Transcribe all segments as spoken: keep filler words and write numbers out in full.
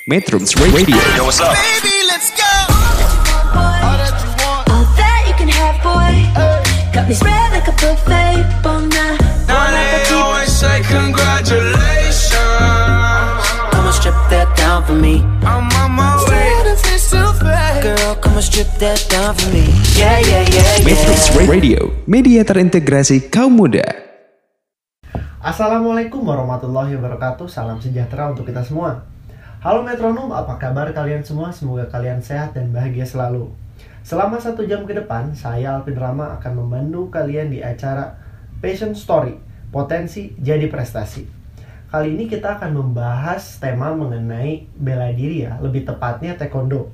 Metrums Radio. Yo, what's up? Baby, let's go. All that you can have, boy. Got me spread like a buffet, bon nah. Now they always say congratulations. Come and strip that down for me. I'm on my way. Girl, come and strip that down for me. Yeah, yeah, yeah, Metrums yeah. Radio, media terintegrasi kaum muda. Assalamualaikum warahmatullahi wabarakatuh. Salam sejahtera untuk kita semua. Halo metronom, apa kabar kalian semua? Semoga kalian sehat dan bahagia selalu. Selama satu jam ke depan, saya Alvin Rama akan memandu kalian di acara Passion Story, Potensi Jadi Prestasi. Kali ini kita akan membahas tema mengenai bela diri ya, lebih tepatnya taekwondo.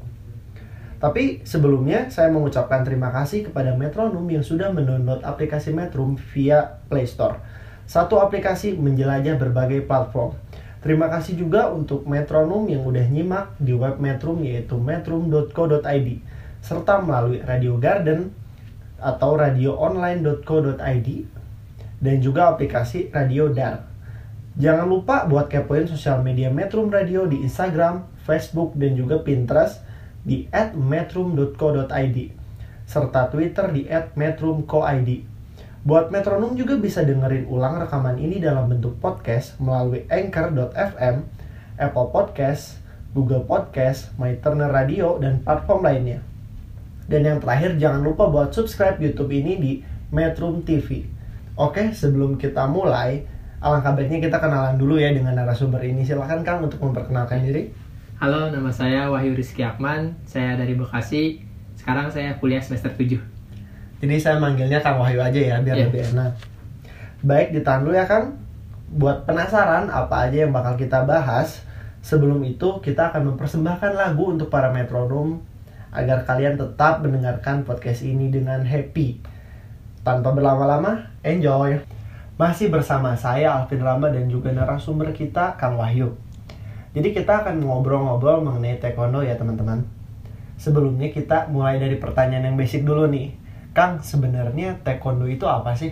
Tapi sebelumnya saya mengucapkan terima kasih kepada metronom yang sudah mendownload aplikasi Metrum via Play Store. Satu aplikasi menjelajah berbagai platform. Terima kasih juga untuk metronom yang udah nyimak di web Metrum yaitu metrum dot co dot i d serta melalui Radio Garden atau radio online dot co dot i d dan juga aplikasi Radio Dar. Jangan lupa buat kepoin sosial media Metrum Radio di Instagram, Facebook dan juga Pinterest di at metrum dot co dot i d serta Twitter di at metrum dot co dot i d. Buat metronom juga bisa dengerin ulang rekaman ini dalam bentuk podcast melalui anchor dot f m, Apple Podcast, Google Podcast, MyTurner Radio, dan platform lainnya. Dan yang terakhir, jangan lupa buat subscribe YouTube ini di Metrum T V. Oke, sebelum kita mulai, alangkah baiknya kita kenalan dulu ya dengan narasumber ini. Silakan Kang untuk memperkenalkan diri. Halo, nama saya Wahyu Rizky Akman. Saya dari Bekasi. Sekarang saya kuliah semester tujuh. Jadi saya manggilnya Kang Wahyu aja ya, biar Yeah. lebih enak. Baik, ditahan dulu ya Kang. Buat penasaran apa aja yang bakal kita bahas, sebelum itu kita akan mempersembahkan lagu untuk para metronom agar kalian tetap mendengarkan podcast ini dengan happy. Tanpa berlama-lama, enjoy. Masih bersama saya Alvin Rama dan juga narasumber kita Kang Wahyu. Jadi kita akan ngobrol-ngobrol mengenai taekwondo ya teman-teman. Sebelumnya kita mulai dari pertanyaan yang basic dulu nih. Kang, sebenarnya taekwondo itu apa sih?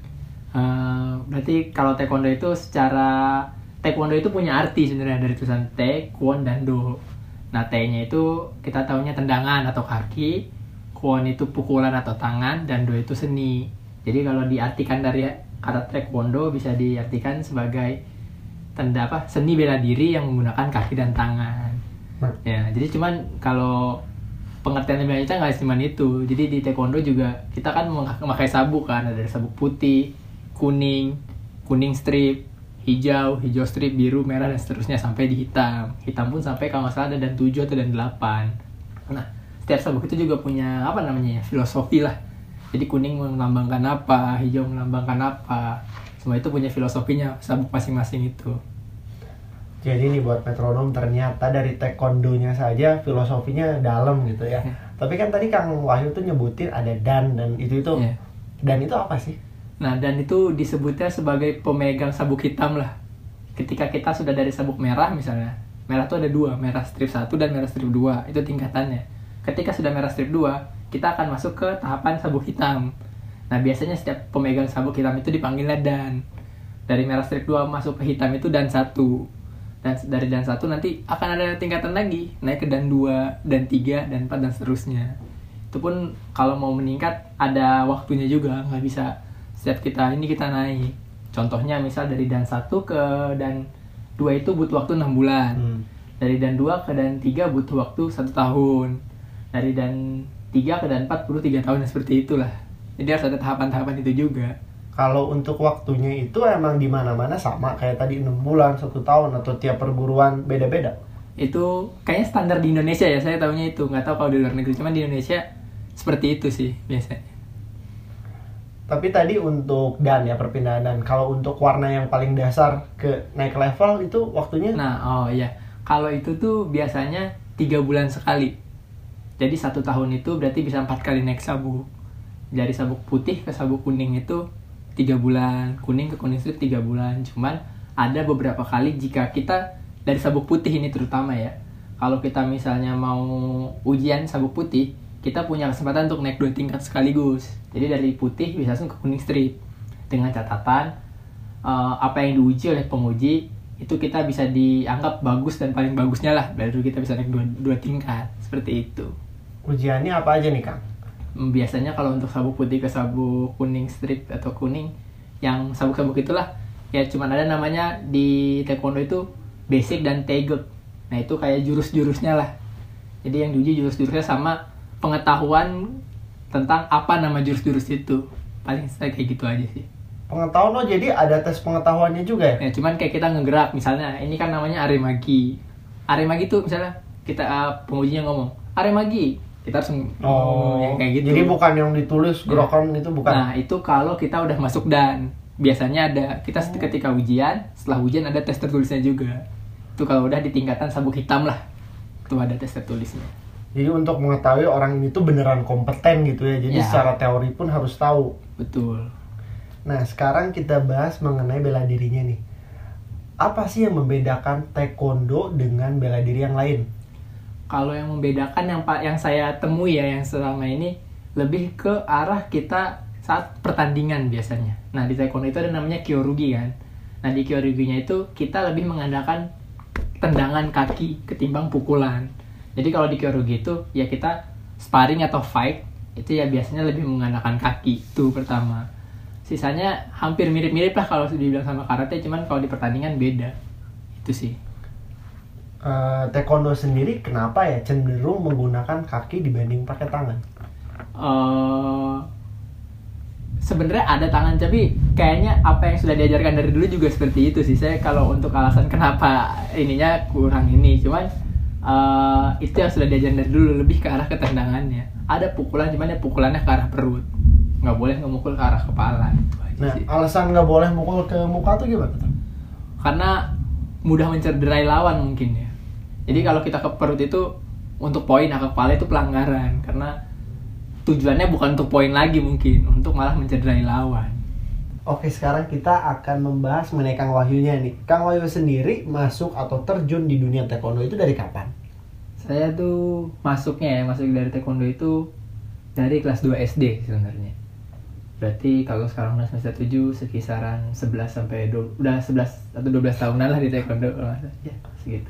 Uh, berarti kalau taekwondo itu secara taekwondo itu punya arti sebenarnya dari tulisan te, kwon, dan do. Nah, te-nya itu kita tahunya tendangan atau kaki, kwon itu pukulan atau tangan, dan do itu seni. Jadi kalau diartikan dari kata taekwondo bisa diartikan sebagai tanda apa? Seni bela diri yang menggunakan kaki dan tangan. Nah. Ya, jadi cuman kalau pengertian lebih lanjutnya nggak cuma itu. Jadi di taekwondo juga kita kan memakai sabuk kan, ada sabuk putih, kuning, kuning strip, hijau, hijau strip, biru, merah dan seterusnya sampai di hitam. Hitam pun sampai kalau nggak salah ada dan tujuh atau dan delapan. Nah, setiap sabuk itu juga punya apa namanya ya, filosofi lah. Jadi kuning melambangkan apa, hijau melambangkan apa. Semua itu punya filosofinya sabuk masing-masing itu. Jadi nih buat metronom ternyata dari taekwondonya saja filosofinya dalam gitu ya. Yeah. Tapi kan tadi Kang Wahyu tuh nyebutin ada dan dan itu itu. Yeah. Dan itu apa sih? Nah, dan itu disebutnya sebagai pemegang sabuk hitam lah. Ketika kita sudah dari sabuk merah misalnya. Merah tuh ada dua, merah strip satu dan merah strip dua. Itu tingkatannya. Ketika sudah merah strip dua, kita akan masuk ke tahapan sabuk hitam. Nah, biasanya setiap pemegang sabuk hitam itu dipanggilnya dan. Dari merah strip dua masuk ke hitam itu dan satu. Dan dari dan satu nanti akan ada tingkatan lagi, naik ke dan dua, dan tiga, dan empat, dan seterusnya. Itu pun kalau mau meningkat ada waktunya juga, nggak bisa setiap kita ini kita naik. Contohnya misal dari dan satu ke dan dua itu butuh waktu enam bulan. Hmm. Dari dan dua ke dan tiga butuh waktu satu tahun. Dari dan tiga ke dan empat butuh tiga tahun, seperti itulah. Jadi harus ada tahapan-tahapan itu juga. Kalau untuk waktunya itu emang di mana-mana sama kayak tadi enam bulan, satu tahun atau tiap perguruan beda-beda? Itu kayaknya standar di Indonesia ya, saya tahunya itu. Nggak tahu kalau di luar negeri, cuman di Indonesia seperti itu sih biasanya. Tapi tadi untuk dan ya perpindahan dan kalau untuk warna yang paling dasar ke naik level itu waktunya? Nah, oh iya. Kalau itu tuh biasanya tiga bulan sekali. Jadi satu tahun itu berarti bisa empat kali naik sabuk. Dari sabuk putih ke sabuk kuning itu tiga bulan, kuning ke kuning strip tiga bulan. Cuman ada beberapa kali jika kita dari sabuk putih ini terutama ya, kalau kita misalnya mau ujian sabuk putih, kita punya kesempatan untuk naik dua tingkat sekaligus. Jadi dari putih bisa langsung ke kuning strip dengan catatan uh, apa yang diuji oleh penguji itu kita bisa dianggap bagus dan paling bagusnya lah, baru kita bisa naik dua, dua tingkat seperti itu. Ujiannya apa aja nih Kang? Biasanya kalau untuk sabuk putih ke sabuk kuning strip atau kuning, yang sabuk-sabuk itulah ya cuman ada namanya di taekwondo itu basic dan taeguk. Nah itu kayak jurus-jurusnya lah. Jadi yang diuji jurus-jurusnya sama pengetahuan tentang apa nama jurus-jurus itu. Paling saya kayak gitu aja sih. Pengetahuan, oh jadi ada tes pengetahuannya juga ya? Ya cuman kayak kita ngegerak, misalnya ini kan namanya aremagi. Aremagi tuh misalnya kita uh, pengujinya ngomong aremagi, kita harus Oh, ya, kayak gitu. Jadi bukan yang ditulis gerakan itu bukan? Nah itu kalau kita udah masuk dan biasanya ada kita ketika ujian, setelah ujian ada tes tertulisnya juga. Itu kalau udah di tingkatan sabuk hitam lah, itu ada tes tertulisnya. Jadi untuk mengetahui orang ini tuh beneran kompeten gitu ya. Jadi Ya. secara teori pun harus tahu. Betul. Nah sekarang kita bahas mengenai bela dirinya nih. Apa sih yang membedakan taekwondo dengan bela diri yang lain? Kalau yang membedakan yang pak yang saya temui ya yang selama ini lebih ke arah kita saat pertandingan biasanya. Nah di taekwondo itu ada namanya kyorugi kan. Nah di kyoruginya itu kita lebih mengandalkan tendangan kaki ketimbang pukulan. Jadi kalau di kyorugi itu ya kita sparring atau fight itu ya biasanya lebih mengandalkan kaki itu pertama. Sisanya hampir mirip-mirip lah kalau dibilang sama karate, cuman kalau di pertandingan beda. Itu sih. Uh, taekwondo sendiri kenapa ya cenderung menggunakan kaki dibanding pakai tangan? Uh, Sebenarnya ada tangan, tapi kayaknya apa yang sudah diajarkan dari dulu juga seperti itu sih. Saya kalau untuk alasan kenapa ininya kurang ini, cuman uh, itu yang sudah diajarkan dari dulu, lebih ke arah ketendangannya. Ada pukulan, cuman ya pukulannya ke arah perut, nggak boleh ngemukul ke arah kepala. Itu aja Nah sih. alasan nggak boleh mukul ke muka tuh gimana tuh? Karena mudah mencederai lawan mungkin ya. Jadi kalau kita ke perut itu untuk poin, nah ke kepala itu pelanggaran karena tujuannya bukan untuk poin lagi mungkin, untuk malah mencederai lawan. Oke, sekarang kita akan membahas mengenai Kang Wahyunya nih. Kang Wahyu sendiri masuk atau terjun di dunia taekwondo itu dari kapan? Saya tuh masuknya ya, masuk dari taekwondo itu dari kelas dua S D sebenarnya. Berarti kalau sekarang udah semester tujuh, sekisaran sebelas sampai dua, udah sebelas atau dua belas tahunan lah di taekwondo. Ya, segitu.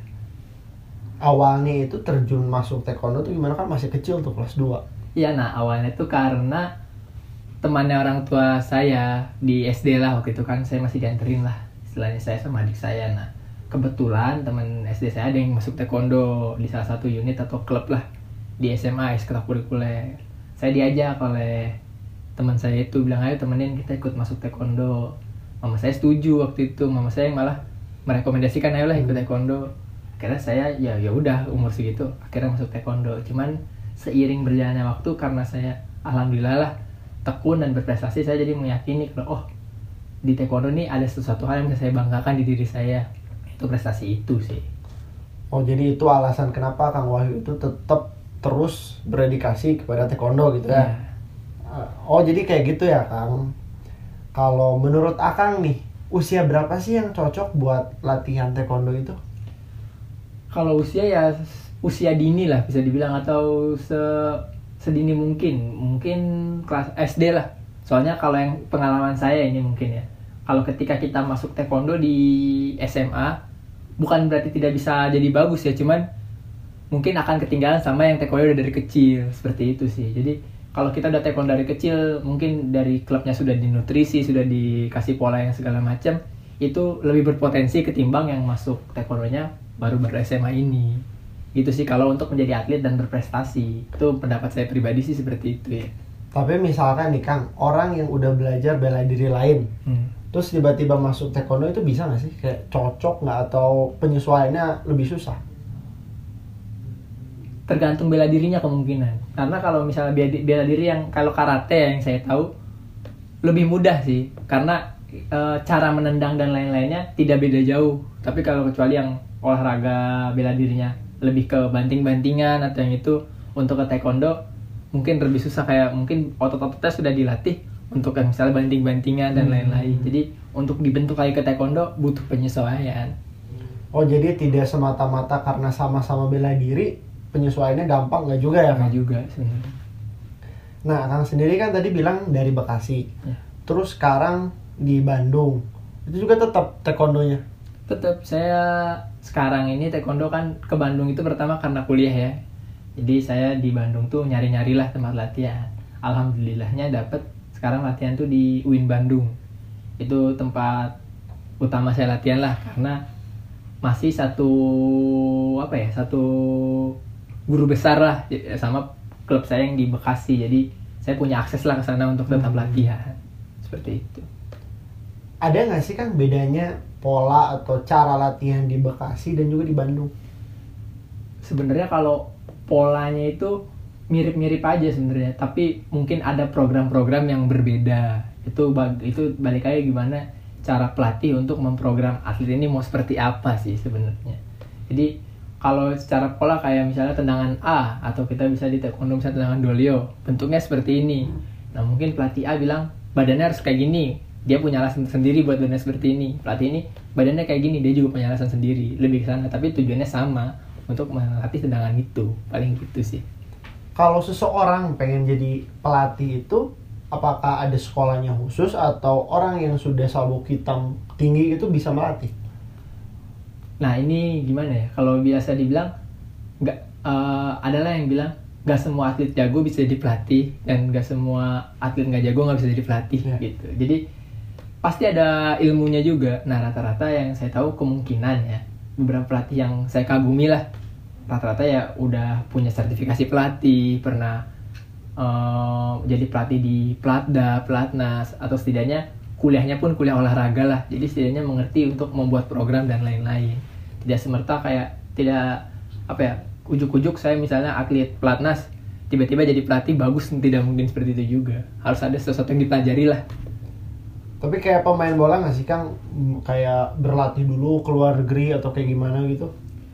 Awalnya itu terjun masuk taekwondo tuh gimana, kan masih kecil tuh kelas dua? Iya, nah awalnya tuh karena temannya orang tua saya di S D lah waktu itu kan, saya masih dianterin lah istilahnya saya sama adik saya. Nah kebetulan teman S D saya ada yang masuk taekwondo di salah satu unit atau klub lah di S M A, ekstrakurikuler. Saya diajak oleh teman saya itu, bilang ayo temenin kita ikut masuk taekwondo. Mama saya setuju waktu itu, mama saya yang malah merekomendasikan ayolah ikut taekwondo. Akhirnya saya ya ya udah umur segitu akhirnya masuk taekwondo. Cuman seiring berjalannya waktu karena saya alhamdulillah lah tekun dan berprestasi, saya jadi meyakini kalau oh di taekwondo ini ada sesuatu hal yang bisa saya banggakan di diri saya, itu prestasi itu sih. Oh jadi itu alasan kenapa Kang Wahyu itu tetap terus berdedikasi kepada taekwondo gitu ya? Ya. Oh jadi kayak gitu ya Kang. Kalau menurut Akang nih, usia berapa sih yang cocok buat latihan taekwondo itu? Kalau usia ya usia dini lah bisa dibilang, atau se sedini mungkin, mungkin kelas S D lah. Soalnya kalau yang pengalaman saya ini mungkin ya, kalau ketika kita masuk taekwondo di S M A, bukan berarti tidak bisa jadi bagus ya, cuman mungkin akan ketinggalan sama yang taekwondo dari kecil, seperti itu sih. Jadi kalau kita udah taekwondo dari kecil, mungkin dari klubnya sudah dinutrisi, sudah dikasih pola yang segala macam, itu lebih berpotensi ketimbang yang masuk taekwondonya baru-baru S M A ini. Gitu sih kalau untuk menjadi atlet dan berprestasi. Itu pendapat saya pribadi sih seperti itu ya. Tapi misalkan nih Kang, orang yang udah belajar bela diri lain, hmm. terus tiba-tiba masuk taekwondo itu bisa nggak sih? Kayak cocok nggak atau penyesuaiannya lebih susah? Tergantung bela dirinya kemungkinan. Karena kalau misalnya bela diri yang kalau karate yang saya tahu lebih mudah sih, karena e, cara menendang dan lain-lainnya tidak beda jauh. Tapi kalau kecuali yang olahraga bela dirinya lebih ke banting-bantingan atau yang itu, untuk ke taekwondo mungkin lebih susah, kayak mungkin otot-ototnya sudah dilatih untuk yang misalnya banting-bantingan dan lain-lain. Jadi untuk dibentuk kayak ke taekwondo butuh penyesuaian. Oh jadi tidak semata-mata karena sama-sama bela diri penyesuaiannya gampang nggak juga ya Kang? Nggak juga sebenarnya. Nah Kang sendiri kan tadi bilang dari Bekasi, Ya. terus sekarang di Bandung, itu juga tetap taekwondonya? Tetap saya sekarang ini taekwondo kan ke Bandung itu pertama karena kuliah ya. Jadi saya di Bandung tuh nyari-nyari lah tempat latihan. Alhamdulillahnya dapet sekarang latihan tuh di U I N Bandung. Itu tempat utama saya latihan lah karena masih satu apa ya satu guru besar lah sama klub saya yang di Bekasi. Jadi saya punya akses lah ke sana untuk tetap latihan. Seperti itu. Ada nggak sih Kang bedanya pola atau cara latihan di Bekasi dan juga di Bandung? Sebenarnya kalau polanya itu mirip-mirip aja sebenarnya, tapi mungkin ada program-program yang berbeda. Itu bag, itu balik lagi gimana cara pelatih untuk memprogram atlet ini mau seperti apa sih sebenarnya. Jadi kalau secara pola kayak misalnya tendangan A atau kita bisa di taekwondo misalnya tendangan dolio, bentuknya seperti ini. Nah mungkin pelatih A bilang badannya harus kayak gini, dia punya alasan sendiri buat badannya seperti ini. Pelatih ini badannya kayak gini, dia juga punya alasan sendiri, lebih ke sana, tapi tujuannya sama, untuk melatih tendangan itu, paling gitu sih. Kalau seseorang pengen jadi pelatih itu, apakah ada sekolahnya khusus atau orang yang sudah sabuk hitam tinggi itu bisa melatih? Nah ini gimana ya? Kalau biasa dibilang, nggak uh, adalah yang bilang nggak semua atlet jago bisa jadi pelatih dan nggak semua atlet nggak jago nggak bisa jadi pelatih ya. Gitu. Jadi pasti ada ilmunya juga. Nah rata-rata yang saya tahu kemungkinan ya, beberapa pelatih yang saya kagumi lah, rata-rata ya udah punya sertifikasi pelatih, pernah uh, jadi pelatih di Platda, Platnas, atau setidaknya kuliahnya pun kuliah olahraga lah. Jadi setidaknya mengerti untuk membuat program dan lain-lain. Tidak semerta kayak tidak apa ya, ujuk-ujuk saya misalnya atlet Platnas tiba-tiba jadi pelatih bagus, tidak mungkin seperti itu juga. Harus ada sesuatu yang dipelajari lah. Tapi kayak pemain bola nggak sih Kang, kayak berlatih dulu ke luar negeri atau kayak gimana gitu?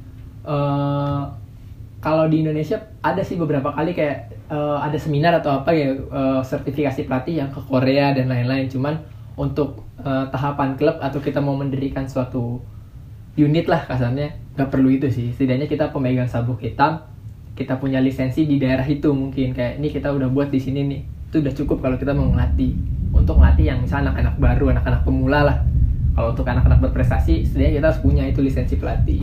Uh, kalau di Indonesia ada sih beberapa kali kayak uh, ada seminar atau apa ya, uh, sertifikasi pelatih yang ke Korea dan lain-lain. Cuman untuk uh, tahapan klub atau kita mau mendirikan suatu unit lah kasarnya, nggak perlu itu sih. Setidaknya kita pemegang sabuk hitam, kita punya lisensi di daerah itu mungkin kayak ini kita udah buat di sini nih, itu udah cukup kalau kita mau ngelatih. Untuk ngelatih yang misalnya anak-anak baru, anak-anak pemula lah. Kalau untuk anak-anak berprestasi, setidaknya kita harus punya itu lisensi pelatih.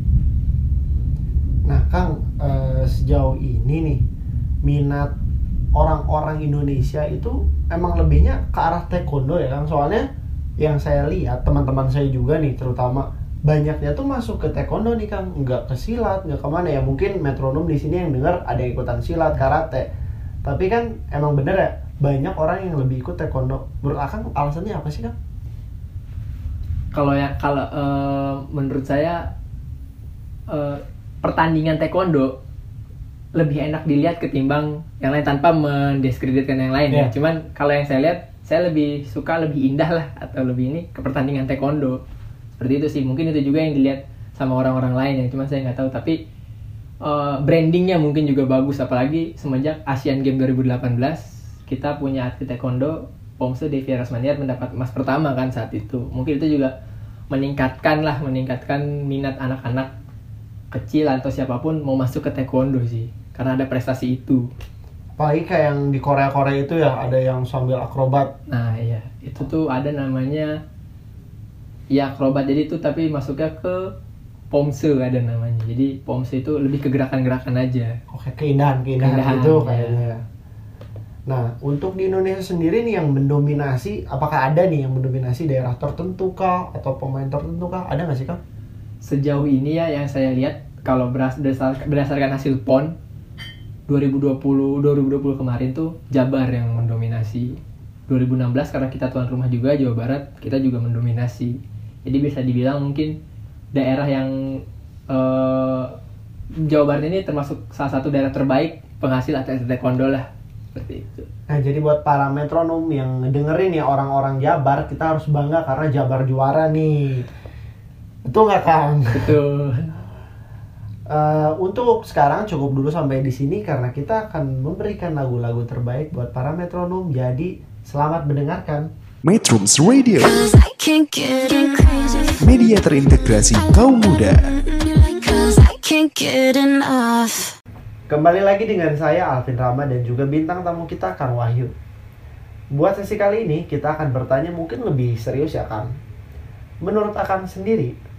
Nah Kang, eh, sejauh ini nih minat orang-orang Indonesia itu emang lebihnya ke arah taekwondo ya Kang. Soalnya yang saya lihat teman-teman saya juga nih terutama banyaknya tuh masuk ke taekwondo nih Kang, nggak ke silat, nggak kemana ya. Mungkin metronom di sini yang dengar ada yang ikutan silat, karate. Tapi kan emang bener ya, banyak orang yang lebih ikut taekwondo. Menurut Akang alasannya apa sih Kang? Kalau ya kalau uh, menurut saya uh, pertandingan taekwondo lebih enak dilihat ketimbang yang lain, tanpa mendiskreditkan yang lain yeah. ya. Cuman kalau yang saya lihat, saya lebih suka lebih indah lah atau lebih ini ke pertandingan taekwondo. Seperti itu sih. Mungkin itu juga yang dilihat sama orang-orang lain ya. Cuman saya nggak tahu. Tapi uh, brandingnya mungkin juga bagus. Apalagi semenjak Asian Games dua ribu delapan belas kita punya atlet taekwondo, Pomse Devi Rasmaniar mendapat emas pertama kan saat itu. Mungkin itu juga meningkatkan lah, meningkatkan minat anak-anak kecil atau siapapun mau masuk ke taekwondo sih, karena ada prestasi itu. Apalagi kayak yang di Korea-Korea itu ya, ada yang sambil akrobat. Nah iya, itu tuh ada namanya ya akrobat, jadi itu tapi masuknya ke Pomse ada namanya. Jadi Pomse itu lebih ke gerakan-gerakan aja. Oke, keindahan-keindahan Keindahan, itu ya. kayaknya. Nah, untuk di Indonesia sendiri nih yang mendominasi, apakah ada nih yang mendominasi daerah tertentu kah? Atau pemain tertentu kah? Ada nggak sih Kang? Sejauh ini ya yang saya lihat, kalau berdasarkan, berdasarkan hasil P O N dua ribu dua puluh kemarin tuh Jabar yang mendominasi. dua ribu enam belas karena kita tuan rumah juga, Jawa Barat, kita juga mendominasi. Jadi bisa dibilang mungkin daerah yang eh, Jawa Barat ini termasuk salah satu daerah terbaik penghasil atlet taekwondo lah. Seperti itu. Nah, jadi buat para metronom yang dengerin ya, orang-orang Jabar, kita harus bangga karena Jabar juara nih. Betul nggak Kang? Betul. Uh, untuk sekarang cukup dulu sampai di sini karena kita akan memberikan lagu-lagu terbaik buat para metronom. Jadi selamat mendengarkan. Metrums Radio, Cause I can't get crazy. media terintegrasi kaum muda. Cause I can't get enough. Kembali lagi dengan saya Alvin Rama dan juga bintang tamu kita Kang Wahyu. Buat sesi kali ini kita akan bertanya mungkin lebih serius ya Kang. Menurut Akang sendiri,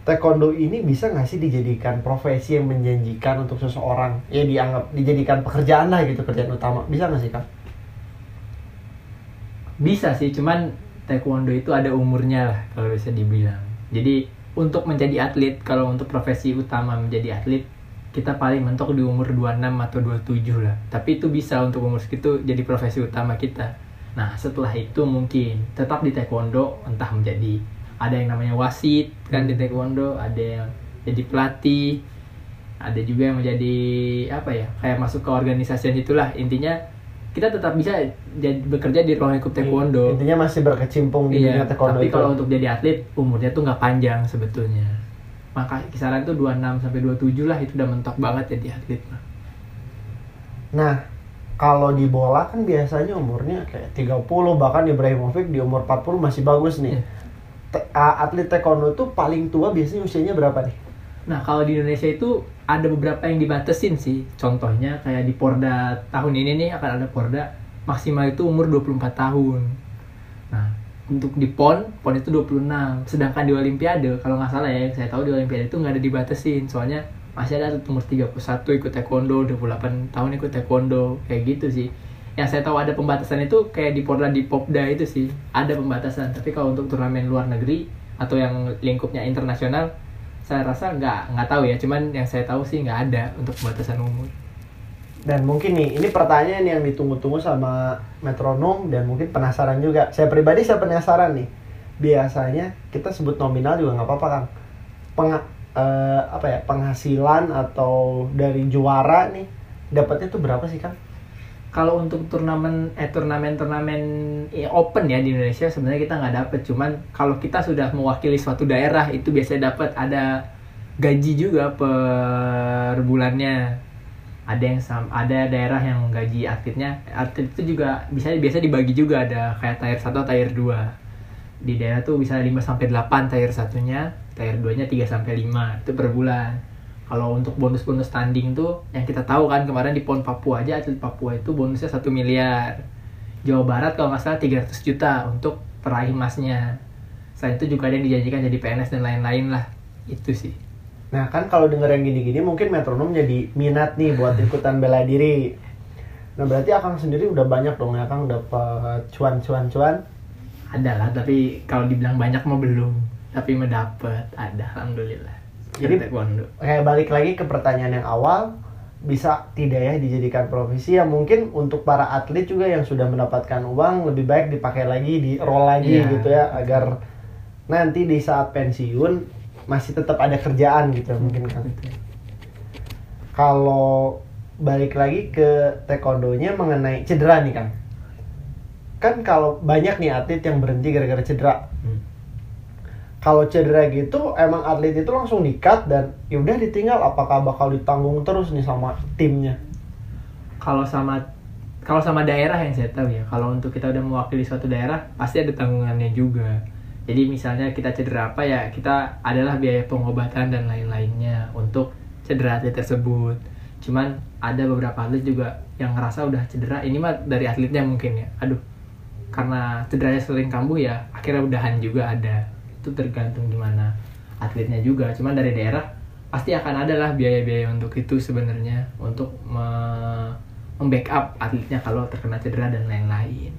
taekwondo ini bisa nggak sih dijadikan profesi yang menjanjikan untuk seseorang? Ya dianggap dijadikan pekerjaan lah gitu, kerjaan utama. Bisa nggak sih Kang? Bisa sih, cuman taekwondo itu ada umurnya lah kalau bisa dibilang. Jadi untuk menjadi atlet, kalau untuk profesi utama menjadi atlet, kita paling mentok di umur dua puluh enam atau dua puluh tujuh lah. Tapi itu bisa untuk umur segitu jadi profesi utama kita. Nah setelah itu mungkin tetap di taekwondo, entah menjadi ada yang namanya wasit kan di taekwondo, ada yang jadi pelatih, ada juga yang menjadi apa ya, kayak masuk ke organisasi itulah. Intinya kita tetap bisa jadi bekerja di ruang lingkup taekwondo. Intinya masih berkecimpung di iya, dunia taekwondo tapi itu. kalau untuk jadi atlet umurnya tuh nggak panjang sebetulnya. Maka kisaran tuh dua puluh enam sampai dua puluh tujuh lah, itu udah mentok banget jadi atlet. Nah, kalau di bola kan biasanya umurnya kayak tiga puluh, bahkan Ibrahimovic di umur empat puluh masih bagus nih. Iya. Te- atlet taekwondo tuh paling tua biasanya usianya berapa nih? Nah, kalau di Indonesia itu ada beberapa yang dibatasin sih. Contohnya kayak di Porda tahun ini nih akan ada Porda maksimal itu umur dua puluh empat tahun. Nah, untuk di P O N, P O N itu dua puluh enam. Sedangkan di Olimpiade, kalau nggak salah ya, yang saya tahu di Olimpiade itu nggak ada dibatasin. Soalnya masih ada umur tiga puluh satu ikut taekwondo, dua puluh delapan tahun ikut taekwondo, kayak gitu sih. Yang saya tahu ada pembatasan itu kayak di Porda di Popda itu sih, ada pembatasan. Tapi kalau untuk turnamen luar negeri atau yang lingkupnya internasional, saya rasa nggak nggak tahu ya. Cuman yang saya tahu sih nggak ada untuk pembatasan umur. Dan mungkin nih, ini pertanyaan yang ditunggu-tunggu sama metronom dan mungkin penasaran juga. Saya pribadi saya penasaran nih. Biasanya kita sebut nominal juga nggak apa-apa Kang. Peng, eh, apa ya, penghasilan atau dari juara nih, dapatnya tuh berapa sih Kang? Kalau untuk turnamen eh turnamen-turnamen ya, open ya di Indonesia sebenarnya kita nggak dapet. Cuman kalau kita sudah mewakili suatu daerah itu biasanya dapat ada gaji juga per bulannya. Ada yang sam- ada daerah yang gaji atletnya, atlet itu juga bisa biasa dibagi juga, ada kayak tier satu atau tier dua. Di daerah tuh bisa lima sampai delapan tier satunya, tier dua-nya tiga sampai lima itu per bulan. Kalau untuk bonus-bonus tanding tuh yang kita tahu kan kemarin di P O N Papua aja atlet Papua itu bonusnya satu miliar. Jawa Barat kalau nggak salah tiga ratus juta untuk peraih emasnya. Selain itu juga ada yang dijanjikan jadi P N S dan lain-lain lah. Itu sih. Nah kan kalau denger yang gini-gini mungkin metronom jadi minat nih buat ikutan bela diri. Nah berarti Akang sendiri udah banyak dong ya Kang dapat cuan-cuan-cuan? Ada lah, tapi kalau dibilang banyak mah belum. Tapi mendapat, ada, alhamdulillah. Jadi taekwondo. Kayak balik lagi ke pertanyaan yang awal, bisa tidak ya dijadikan profesi yang mungkin untuk para atlet juga yang sudah mendapatkan uang lebih baik dipakai lagi, di roll lagi Iya. gitu ya, agar nanti di saat pensiun masih tetap ada kerjaan gitu mungkin kan. Kalau balik lagi ke taekwondonya mengenai cedera nih Kang. Kan kalau banyak nih atlet yang berhenti gara-gara cedera. Hmm. Kalau cedera gitu emang atlet itu langsung di-cut dan yaudah ditinggal, apakah bakal ditanggung terus nih sama timnya? Kalau sama kalau sama daerah yang saya tahu ya, kalau untuk kita udah mewakili suatu daerah pasti ada tanggungannya juga. Jadi misalnya kita cedera apa ya, kita adalah biaya pengobatan dan lain-lainnya untuk cedera atlet tersebut. Cuman ada beberapa atlet juga yang ngerasa udah cedera, ini mah dari atletnya mungkin ya, aduh karena cederanya sering kambuh ya akhirnya udahan juga ada. Itu tergantung gimana atletnya juga. Cuman dari daerah pasti akan ada lah biaya-biaya untuk itu sebenarnya, untuk me- membackup atletnya kalau terkena cedera dan lain-lain.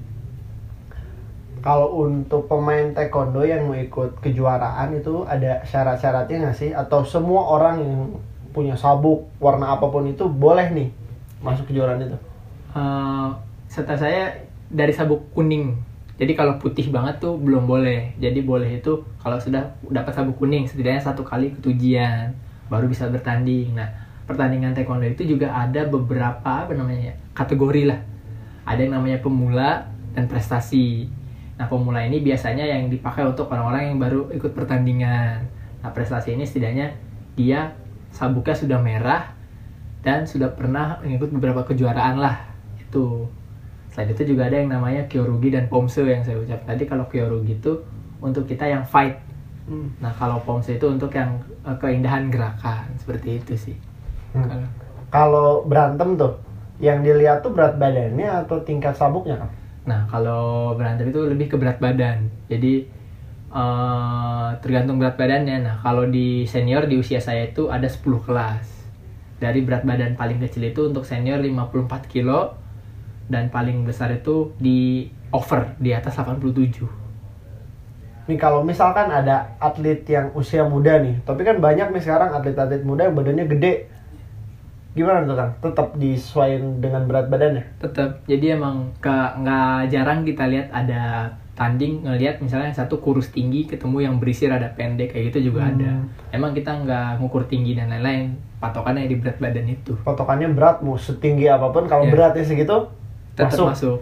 Kalau untuk pemain taekwondo yang mau ikut kejuaraan itu ada syarat-syaratnya nggak sih? Atau semua orang yang punya sabuk warna apapun itu boleh nih masuk kejuaraan itu? Uh, setahu saya dari sabuk kuning. Jadi kalau putih banget tuh belum boleh. Jadi boleh itu kalau sudah dapat sabuk kuning setidaknya satu kali ikut ujian baru bisa bertanding. Nah, pertandingan taekwondo itu juga ada beberapa apa namanya ya, kategori lah. Ada yang namanya pemula dan prestasi. Nah, pemula ini biasanya yang dipakai untuk orang-orang yang baru ikut pertandingan. Nah, prestasi ini setidaknya dia sabuknya sudah merah dan sudah pernah mengikut beberapa kejuaraan lah. Itu. Selain itu juga ada yang namanya kyorugi dan pomse yang saya ucap tadi. Kalau kyorugi itu untuk kita yang fight. Hmm. Nah, kalau pomse itu untuk yang uh, keindahan gerakan. Seperti itu sih. Hmm. Kalau Kalau berantem tuh, yang dilihat tuh berat badannya atau tingkat sabuknya Kang? Nah, kalau berantem itu lebih ke berat badan. Jadi uh, tergantung berat badannya. Nah, kalau di senior di usia saya itu ada sepuluh kelas. Dari berat badan paling kecil itu untuk senior lima puluh empat kilo dan paling besar itu di over di atas delapan puluh tujuh. Nih kalau misalkan ada atlet yang usia muda nih, tapi kan banyak nih sekarang atlet-atlet muda yang badannya gede. Gimana tuh Kang? Tetap disesuaikan dengan berat badannya? Tetap. Jadi emang ke, nggak jarang kita lihat ada tanding ngelihat misalnya satu kurus tinggi ketemu yang berisi rada pendek kayak gitu juga hmm. ada. Emang kita nggak ngukur tinggi dan lain-lain. Patokannya di berat badan itu. Patokannya berat mau setinggi apapun kalau yeah. beratnya segitu tetap masuk. masuk.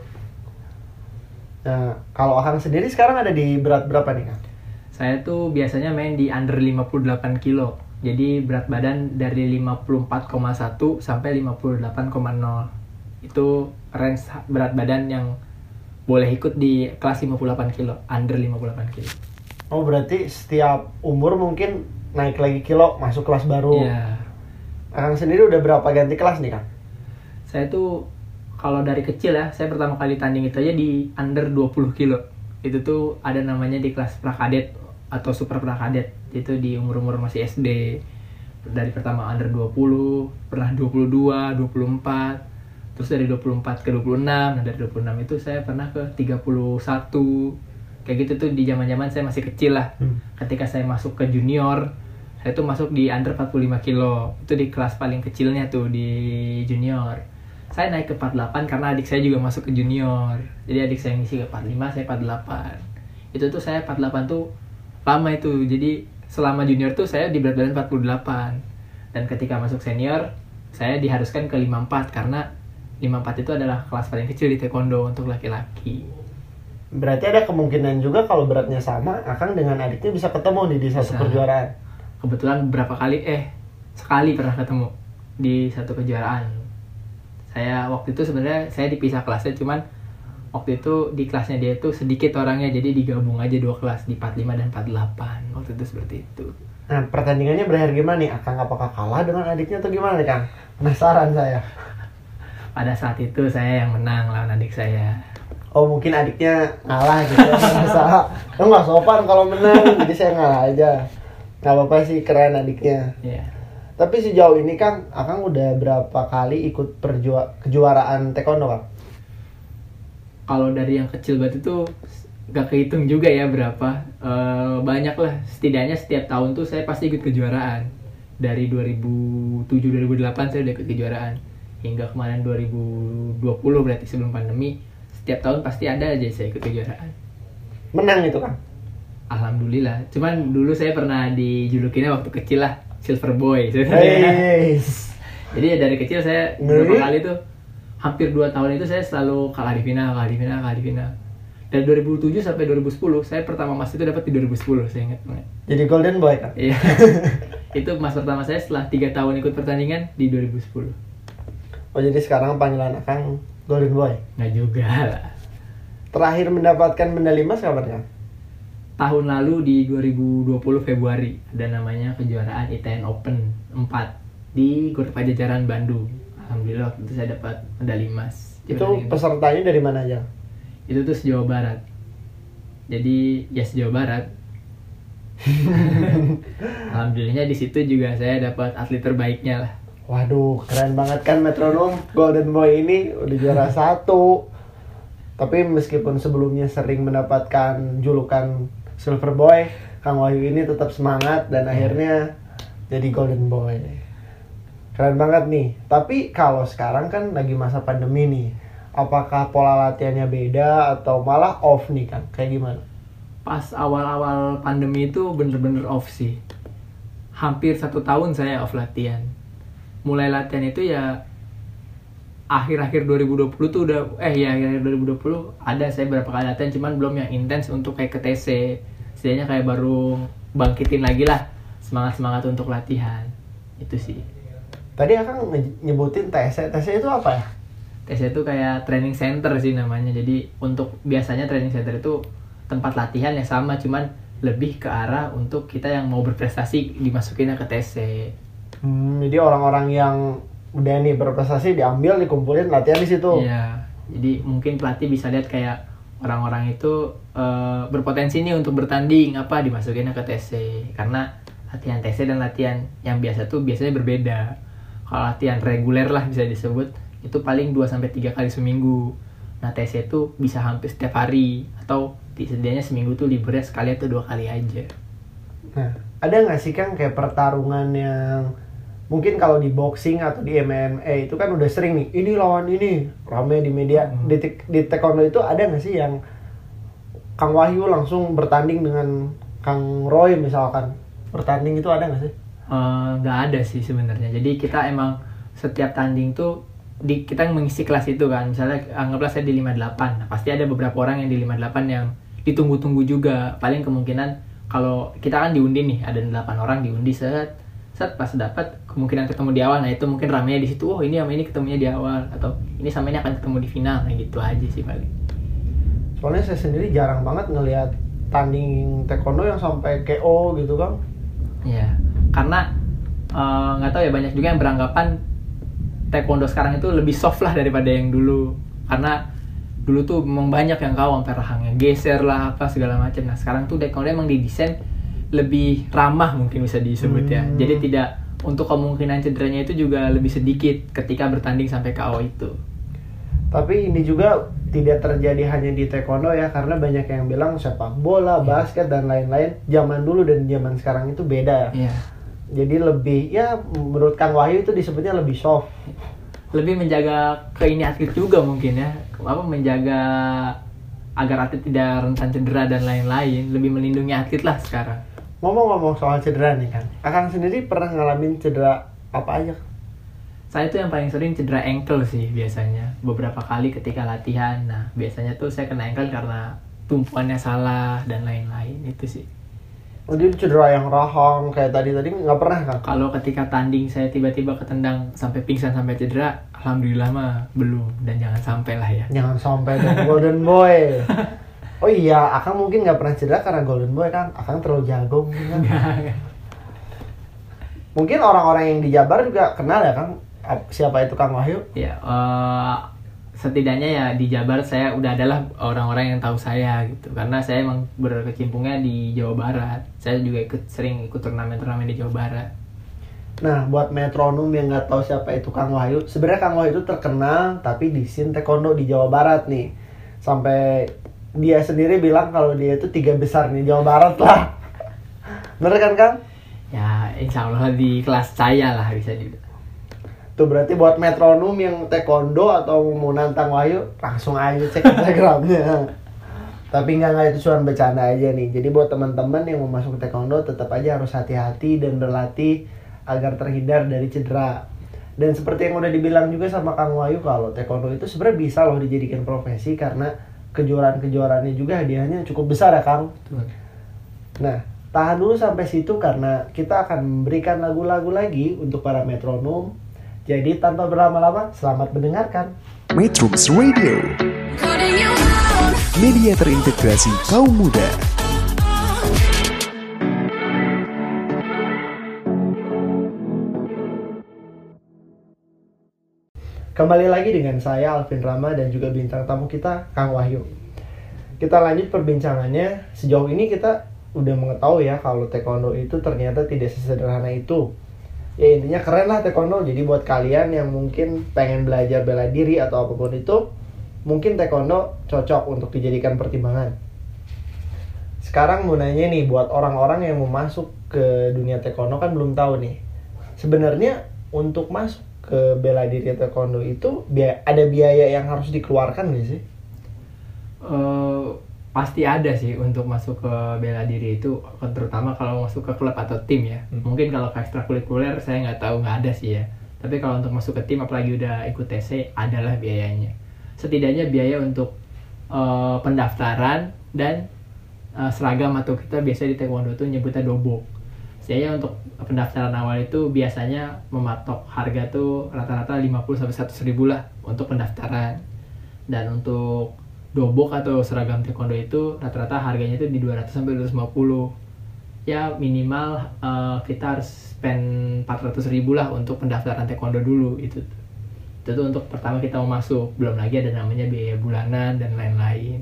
Nah, kalau Akang sendiri sekarang ada di berat berapa nih Kang? Saya tuh biasanya main di under lima puluh delapan kilo. Jadi berat badan dari lima puluh empat koma satu sampai lima puluh delapan koma nol. Itu range berat badan yang boleh ikut di kelas lima puluh delapan kilo, under lima puluh delapan kilo. Oh, berarti setiap umur mungkin naik lagi kilo, masuk kelas baru. Iya. Akang sendiri udah berapa ganti kelas nih Kang? Saya tuh kalau dari kecil ya, saya pertama kali tanding itu aja di under dua puluh kilo. Itu tuh ada namanya di kelas prakadet atau super prakadet. Itu di umur-umur masih S D. Dari pertama under dua puluh, pernah dua puluh dua, dua puluh empat. Terus dari dua puluh empat ke dua puluh enam. Nah, dari dua puluh enam itu saya pernah ke tiga puluh satu. Kayak gitu tuh di zaman-zaman saya masih kecil lah. Hmm. Ketika saya masuk ke junior, saya tuh masuk di under empat puluh lima kilo. Itu di kelas paling kecilnya tuh di junior. Saya naik ke empat puluh delapan karena adik saya juga masuk ke junior. Jadi adik saya ngisi ke empat puluh lima, saya empat puluh delapan. Itu tuh saya empat puluh delapan tuh lama itu. Jadi selama junior tuh saya di berat badan empat puluh delapan. Dan ketika masuk senior, saya diharuskan ke lima puluh empat karena lima puluh empat itu adalah kelas paling kecil di taekwondo untuk laki-laki. Berarti ada kemungkinan juga kalau beratnya sama, Akang dengan adiknya bisa ketemu nih di satu bisa. Kejuaraan. Kebetulan beberapa kali, eh sekali pernah ketemu di satu kejuaraan. Saya waktu itu sebenarnya saya dipisah kelasnya, cuman waktu itu di kelasnya dia itu sedikit orangnya, jadi digabung aja dua kelas di empat puluh lima dan empat puluh delapan. Waktu itu seperti itu. Nah, pertandingannya berakhir gimana nih? Akang apakah kalah dengan adiknya atau gimana nih Kang? Penasaran saya. Pada saat itu saya yang menang lawan adik saya. Oh, mungkin adiknya ngalah gitu ya, masalah. Lo nggak sopan kalau menang, jadi saya ngalah aja. Nggak apa-apa sih, keren adiknya. Iya. Yeah. Tapi sejauh ini Kang, Akang udah berapa kali ikut perjua- kejuaraan taekwondo Kang? Kalau dari yang kecil banget itu gak kehitung juga ya berapa. E, banyak lah, setidaknya setiap tahun tuh saya pasti ikut kejuaraan. Dari dua ribu tujuh dua ribu delapan saya udah ikut kejuaraan. Hingga kemarin dua ribu dua puluh berarti sebelum pandemi, setiap tahun pasti ada aja saya ikut kejuaraan. Menang itu Kang? Alhamdulillah. Cuman dulu saya pernah dijulukinnya waktu kecil lah Silver Boy. Hey. Jadi ya dari kecil saya beberapa kali tuh hampir dua tahun itu saya selalu kalah di final, kalah di final, kalah di final. Dari dua ribu tujuh sampai dua ribu sepuluh saya pertama emas itu dapat di dua ribu sepuluh, saya ingat banget. Jadi Golden Boy kan? Iya. Itu emas pertama saya setelah tiga tahun ikut pertandingan di dua ribu sepuluh. Oh, jadi sekarang panggilan Akang Golden Boy? Nggak juga lah. Terakhir mendapatkan medali emas kapan Kang? Tahun lalu di dua ribu dua puluh Februari ada namanya kejuaraan I T N Open empat di Gor Pajajaran Bandung. Alhamdulillah waktu itu saya dapat medali emas. Itu pesertanya dari mana aja? Itu tuh se-Jawa Barat. Jadi ya se-Jawa Barat. Alhamdulillahnya di situ juga saya dapat atlet terbaiknya lah. Waduh, keren banget kan metronom. Golden Boy ini udah juara satu. Tapi meskipun sebelumnya sering mendapatkan julukan Silver Boy, Kang Wahyu ini tetap semangat dan akhirnya jadi Golden Boy. Keren banget nih. Tapi kalau sekarang kan lagi masa pandemi nih, apakah pola latihannya beda atau malah off nih Kang? Kayak gimana? Pas awal-awal pandemi itu bener-bener off sih. Hampir satu tahun saya off latihan. Mulai latihan itu ya akhir-akhir dua ribu dua puluh tuh udah eh ya akhir dua ribu dua puluh ada saya berapa kali latihan, cuman belum yang intens untuk kayak ke T C. Setidaknya kayak baru bangkitin lagi lah semangat-semangat untuk latihan. Itu sih. Tadi Akang nyebutin T C. T C itu apa ya? T C itu kayak training center sih namanya. Jadi untuk biasanya training center itu tempat latihan yang sama, cuman lebih ke arah untuk kita yang mau berprestasi dimasukinnya ke T C. Hmm, jadi orang-orang yang udah nih berprestasi diambil, dikumpulin latihan di situ. Iya. Jadi mungkin pelatih bisa lihat kayak orang-orang itu uh, berpotensi nih untuk bertanding apa dimasukinnya ke T C, karena latihan T C dan latihan yang biasa tuh biasanya berbeda. Kalau latihan reguler lah bisa disebut itu paling dua sampai tiga kali seminggu. Nah T C tuh bisa hampir setiap hari, atau setidaknya seminggu tuh liburnya sekali atau dua kali aja. Nah, ada nggak sih Kang kayak pertarungan yang mungkin kalau di boxing atau di M M A itu kan udah sering nih, ini lawan ini, rame di media. Hmm. Di, di taekwondo itu ada nggak sih yang Kang Wahyu langsung bertanding dengan Kang Roy misalkan? Bertanding itu ada nggak sih? Nggak uh, ada sih sebenarnya. Jadi kita emang setiap tanding tuh di, kita mengisi kelas itu kan. Misalnya anggaplah saya di lima puluh delapan, nah, pasti ada beberapa orang yang di lima puluh delapan yang ditunggu-tunggu juga. Paling kemungkinan kalau kita kan diundi nih, ada delapan orang diundi, set set pas dapat kemungkinan ketemu di awal. Nah itu mungkin ramenya di situ, oh ini sama ini ketemunya di awal, atau ini sama ini akan ketemu di final. Nah gitu aja sih paling. Soalnya saya sendiri jarang banget ngelihat tanding taekwondo yang sampai K O gitu kan. Iya, karena nggak uh, tahu ya, banyak juga yang beranggapan taekwondo sekarang itu lebih soft lah daripada yang dulu. Karena dulu tuh memang banyak yang kau sampai rahangnya geser lah apa segala macam. Nah sekarang tuh taekwondo emang didesain lebih ramah mungkin bisa disebut ya. Hmm. Jadi tidak, untuk kemungkinan cederanya itu juga lebih sedikit ketika bertanding sampai K O itu. Tapi ini juga tidak terjadi hanya di taekwondo ya, karena banyak yang bilang sepak bola, yeah. basket dan lain-lain zaman dulu dan zaman sekarang itu beda ya. Yeah. Jadi lebih ya menurut Kang Wahyu itu disebutnya lebih soft. Lebih menjaga ke ini atlet juga mungkin ya. Apa menjaga agar atlet tidak rentan cedera dan lain-lain, lebih melindungi atlet lah sekarang. Ngomong-ngomong soal cedera nih kan, Akang sendiri pernah ngalamin cedera apa aja? Saya tuh yang paling sering cedera ankle sih biasanya, beberapa kali ketika latihan. Nah biasanya tuh saya kena ankle karena tumpuannya salah dan lain-lain, itu sih. Oh dia cedera yang rahang kayak tadi-tadi nggak pernah kan? Kalau ketika tanding saya tiba-tiba ketendang sampai pingsan sampai cedera, alhamdulillah mah belum, dan jangan sampai lah ya. Jangan sampai dong, Golden Boy. Oh iya, Akang mungkin nggak pernah cedera karena Golden Boy kan, Akang terlalu jago mungkin kan? Mungkin orang-orang yang di Jabar juga kenal ya Kang, siapa itu Kang Wahyu? Ya, uh, setidaknya ya di Jabar saya udah adalah orang-orang yang tahu saya gitu, karena saya emang berkecimpungnya di Jawa Barat. Saya juga ikut sering ikut turnamen-turnamen di Jawa Barat. Nah, buat metronom yang nggak tahu siapa itu Kang Wahyu, sebenarnya Kang Wahyu itu terkenal tapi di scene taekwondo di Jawa Barat nih, sampai dia sendiri bilang kalau dia itu tiga besar nih Jawa Barat lah. Bener kan Kang? Ya insya Allah di kelas saya lah bisa juga. Tuh berarti buat metronom yang taekwondo atau mau nantang Wahyu, langsung aja cek Instagramnya. Tapi nggak nggak itu cuma bercanda aja nih. Jadi buat teman-teman yang mau masuk ke taekwondo tetap aja harus hati-hati dan berlatih agar terhindar dari cedera. Dan seperti yang udah dibilang juga sama Kang Wahyu, kalau taekwondo itu sebenarnya bisa loh dijadikan profesi karena kejuaraan-kejuaraannya juga hadiahnya cukup besar ya Kang. Betul. Nah, tahan dulu sampai situ karena kita akan memberikan lagu-lagu lagi untuk para metronom. Jadi tanpa berlama-lama, selamat mendengarkan. Metrums Radio, media terintegrasi kaum muda. Kembali lagi dengan saya Alvin Rama dan juga bintang tamu kita Kang Wahyu. Kita lanjut perbincangannya. Sejauh ini kita udah mengetahui ya kalau taekwondo itu ternyata tidak sesederhana itu. Ya intinya keren lah taekwondo. Jadi buat kalian yang mungkin pengen belajar bela diri atau apapun itu, mungkin taekwondo cocok untuk dijadikan pertimbangan. Sekarang mau nanya nih buat orang-orang yang mau masuk ke dunia taekwondo kan belum tahu nih. Sebenarnya untuk masuk ke bela diri taekwondo itu biaya, ada biaya yang harus dikeluarkan nggak sih? Uh, pasti ada sih untuk masuk ke bela diri itu, terutama kalau masuk ke klub atau tim ya. Hmm. Mungkin kalau ke ekstrakurikuler saya nggak tahu, nggak ada sih ya. Tapi kalau untuk masuk ke tim apalagi udah ikut T C, adalah biayanya. Setidaknya biaya untuk uh, pendaftaran dan uh, seragam, atau kita biasa di taekwondo tuh nyebutnya dobok. Saya untuk pendaftaran awal itu biasanya mematok harga tuh rata-rata lima puluh sampai seratus ribu lah untuk pendaftaran. Dan untuk dobok atau seragam taekwondo itu rata-rata harganya itu di dua ratus sampai dua ratus lima puluh. Ya minimal uh, kita harus spend empat ratus ribu lah untuk pendaftaran taekwondo dulu itu. Itu tuh untuk pertama kita mau masuk, belum lagi ada namanya biaya bulanan dan lain-lain.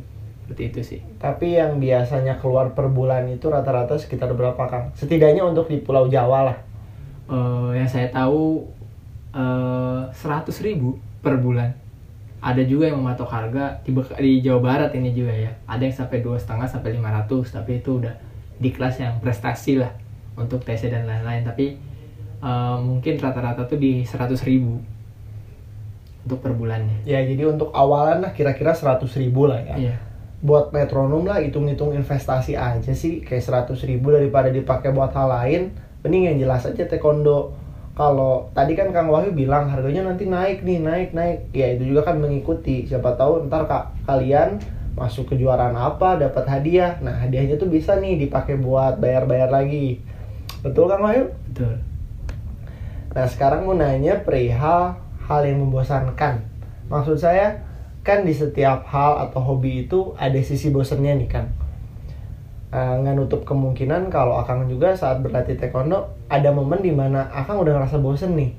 Seperti itu sih. Tapi yang biasanya keluar per bulan itu rata-rata sekitar berapa, Kang? Setidaknya untuk di Pulau Jawa lah. Uh, yang saya tahu uh, seratus ribu per bulan. Ada juga yang mematok harga di, di Jawa Barat ini juga ya. Ada yang sampai dua setengah sampai lima ratus, tapi itu udah di kelas yang prestasi lah untuk T C dan lain-lain. Tapi uh, mungkin rata-rata tuh di seratus ribu untuk per bulannya. Ya, jadi untuk awalan lah kira-kira seratus ribu lah ya. Iya. Buat metronom lah, hitung-hitung investasi aja sih, kayak seratus ribu daripada dipakai buat hal lain. Mending yang jelas aja taekwondo. Kalau tadi kan Kang Wahyu bilang harganya nanti naik nih, naik, naik. Ya itu juga kan mengikuti. Siapa tahu ntar kak, kalian masuk kejuaraan apa, dapat hadiah. Nah hadiahnya tuh bisa nih dipakai buat bayar-bayar lagi. Betul Kang Wahyu? Betul. Nah sekarang mau nanya perihal hal yang membosankan. Maksud saya, kan di setiap hal atau hobi itu ada sisi bosennya nih Kang. Uh, nggak nutup kemungkinan kalau Akang juga saat berlatih taekwondo ada momen dimana Akang udah ngerasa bosen nih.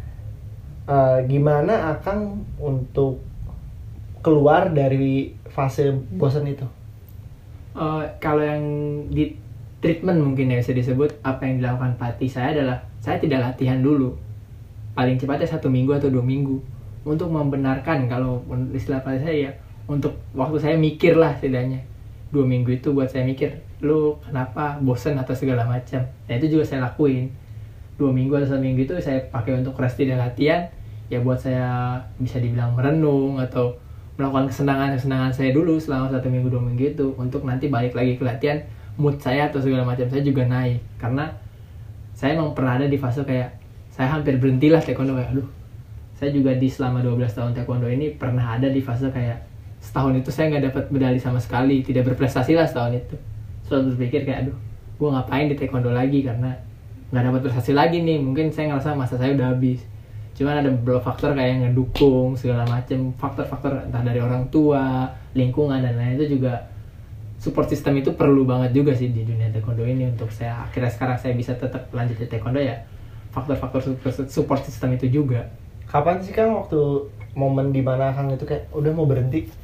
Uh, gimana Akang untuk keluar dari fase bosen itu? Uh, kalau yang di treatment mungkin ya bisa disebut, apa yang dilakukan pelatih saya adalah saya tidak latihan dulu. Paling cepatnya satu minggu atau dua minggu untuk membenarkan, kalau istilah pelatih saya ya, untuk waktu saya mikir lah setidaknya. Dua minggu itu buat saya mikir, lu kenapa bosen atau segala macam. Nah itu juga saya lakuin. Dua minggu atau satu minggu itu saya pakai untuk rest dan latihan. Ya buat saya bisa dibilang merenung atau melakukan kesenangan-kesenangan saya dulu selama satu minggu dua minggu itu, untuk nanti balik lagi ke latihan, mood saya atau segala macam saya juga naik. Karena saya emang pernah ada di fase kayak saya hampir berhentilah taekwondo, kayak aduh, saya juga di selama dua belas tahun taekwondo ini pernah ada di fase kayak setahun itu saya nggak dapat medali sama sekali, tidak berprestasi lah setahun itu. Selalu berpikir kayak aduh, gue ngapain di taekwondo lagi karena nggak dapat prestasi lagi nih. Mungkin saya ngerasa masa saya udah habis. Cuman ada beberapa faktor kayak yang ngedukung segala macam, faktor-faktor entah dari orang tua, lingkungan dan lain-lain, itu juga support system itu perlu banget juga sih di dunia taekwondo ini untuk saya akhirnya sekarang saya bisa tetap lanjut di taekwondo ya. Faktor-faktor support system itu juga. Kapan sih Kang waktu momen dimana Kang itu kayak udah mau berhenti?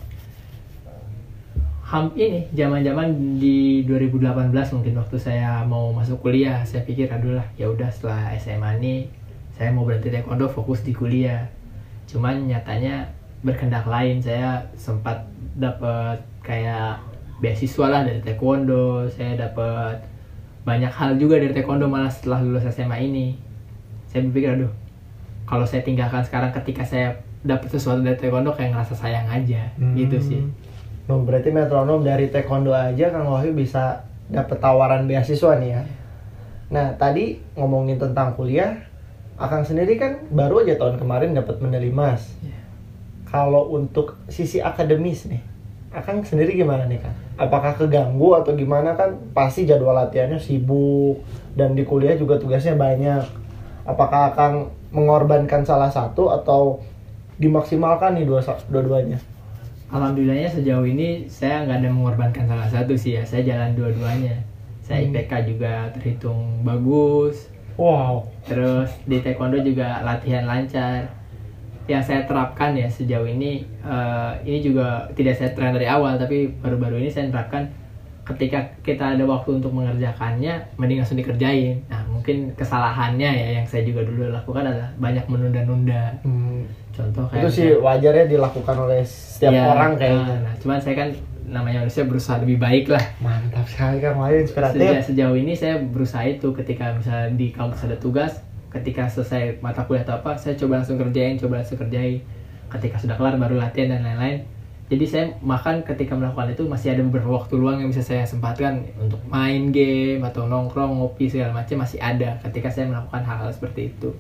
Ham ini zaman-zaman di dua ribu delapan belas mungkin, waktu saya mau masuk kuliah. Saya pikir aduh lah, ya udah setelah S M A nih saya mau berhenti taekwondo, fokus di kuliah. Cuman nyatanya berkendak lain, saya sempat dapat kayak beasiswa lah dari taekwondo. Saya dapat banyak hal juga dari taekwondo malah setelah lulus S M A ini. Saya berpikir aduh, kalau saya tinggalkan sekarang ketika saya dapat sesuatu dari taekwondo kayak ngerasa sayang aja. Hmm. Gitu sih. Oh, berarti metronom dari taekwondo aja Kang Wahyu bisa dapet tawaran beasiswa nih ya. Nah tadi ngomongin tentang kuliah, Akang sendiri kan baru aja tahun kemarin dapat medali emas. Yeah. Kalau untuk sisi akademis nih, Akang sendiri gimana nih Kang? Apakah keganggu atau gimana? Kan pasti jadwal latihannya sibuk dan di kuliah juga tugasnya banyak. Apakah Akang mengorbankan salah satu atau dimaksimalkan nih dua dua-duanya? Alhamdulillahnya sejauh ini saya nggak ada mengorbankan salah satu sih ya. Saya jalan dua-duanya. Saya hmm. I P K juga terhitung bagus. Wow. Terus di taekwondo juga latihan lancar. Yang saya terapkan ya sejauh ini, uh, ini juga tidak saya terapkan dari awal, tapi baru-baru ini saya terapkan ketika kita ada waktu untuk mengerjakannya, mending langsung dikerjain. Nah mungkin kesalahannya ya yang saya juga dulu lakukan adalah banyak menunda-nunda. Hmm. Contoh kayak itu sih wajar ya dilakukan oleh setiap ya, orang kayaknya. Nah, cuman saya kan namanya manusia berusaha lebih baik lah. Mantap sekali Kang Wahyu, inspiratif. Sejauh, sejauh ini saya berusaha itu, ketika misalnya di kampus ada tugas, ketika selesai mata kuliah atau apa, saya coba langsung kerjain, coba langsung kerjain. Ketika sudah kelar baru latihan dan lain-lain. Jadi saya makan ketika melakukan itu masih ada beberapa waktu luang yang bisa saya sempatkan untuk main game atau nongkrong, ngopi segala macam, masih ada ketika saya melakukan hal-hal seperti itu.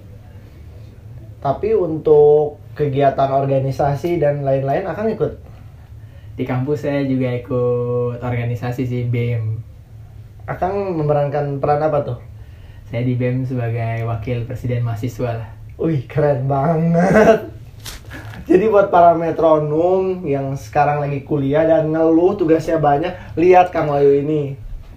Tapi untuk kegiatan organisasi dan lain-lain akan ikut? Di kampus saya juga ikut organisasi sih, B E M. Akang memerankan peran apa tuh? Saya di B E M sebagai wakil presiden mahasiswa lah. Wih, keren banget. Jadi buat para metronom yang sekarang lagi kuliah dan ngeluh tugasnya banyak, lihat Kang Wahyu ini.